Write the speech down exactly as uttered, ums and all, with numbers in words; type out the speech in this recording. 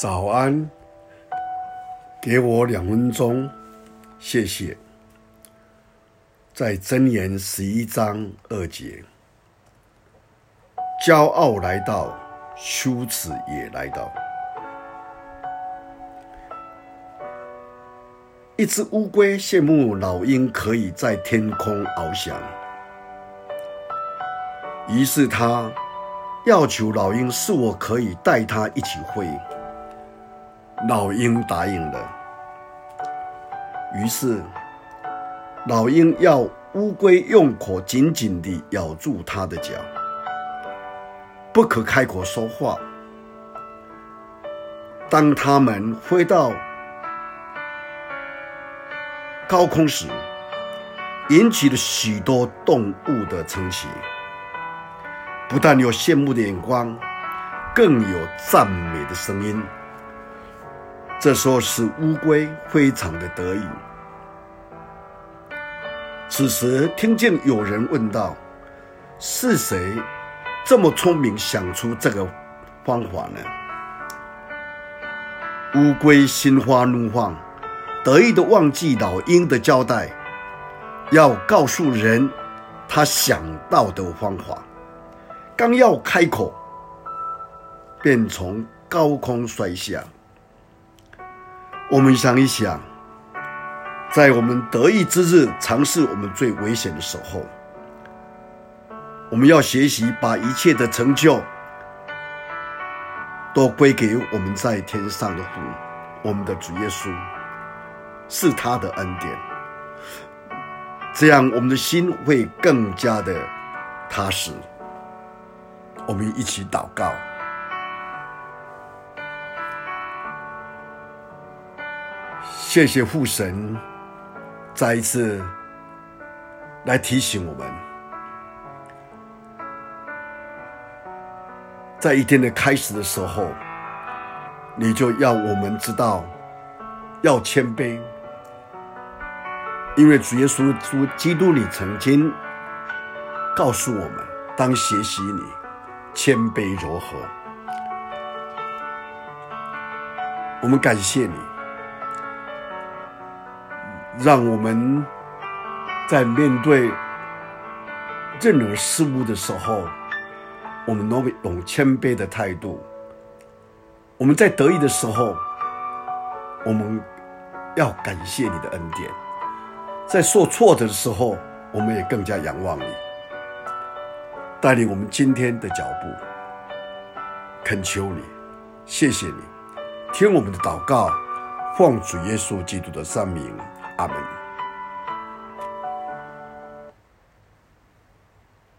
早安，给我两分钟，谢谢。在箴言十一章二节，骄傲来到，羞耻也来到。一只乌龟羡慕老鹰可以在天空翱翔，于是他要求老鹰是我可以带它一起飞。老鹰答应了，于是老鹰要乌龟用口紧紧地咬住它的脚，不可开口说话。当它们飞到高空时，引起了许多动物的称奇，不但有羡慕的眼光，更有赞美的声音。这时候使乌龟非常的得意。此时听见有人问道：是谁这么聪明想出这个方法呢？乌龟心花怒放，得意的忘记老鹰的交代，要告诉人他想到的方法。刚要开口，便从高空摔下。我们想一想，在我们得意之日，常是我们最危险的时候。我们要学习把一切的成就都归给我们在天上的父，我们的主耶稣，是他的恩典。这样我们的心会更加的踏实。我们一起祷告。谢谢父神再一次来提醒我们，在一天的开始的时候，你就要我们知道要谦卑，因为主耶稣基督你曾经告诉我们，当学习你谦卑柔和。我们感谢你，让我们在面对任何事物的时候，我们能用谦卑的态度。我们在得意的时候，我们要感谢你的恩典；在受挫折的时候，我们也更加仰望你，带领我们今天的脚步。恳求你，谢谢你，听我们的祷告，奉主耶稣基督的圣名，阿们。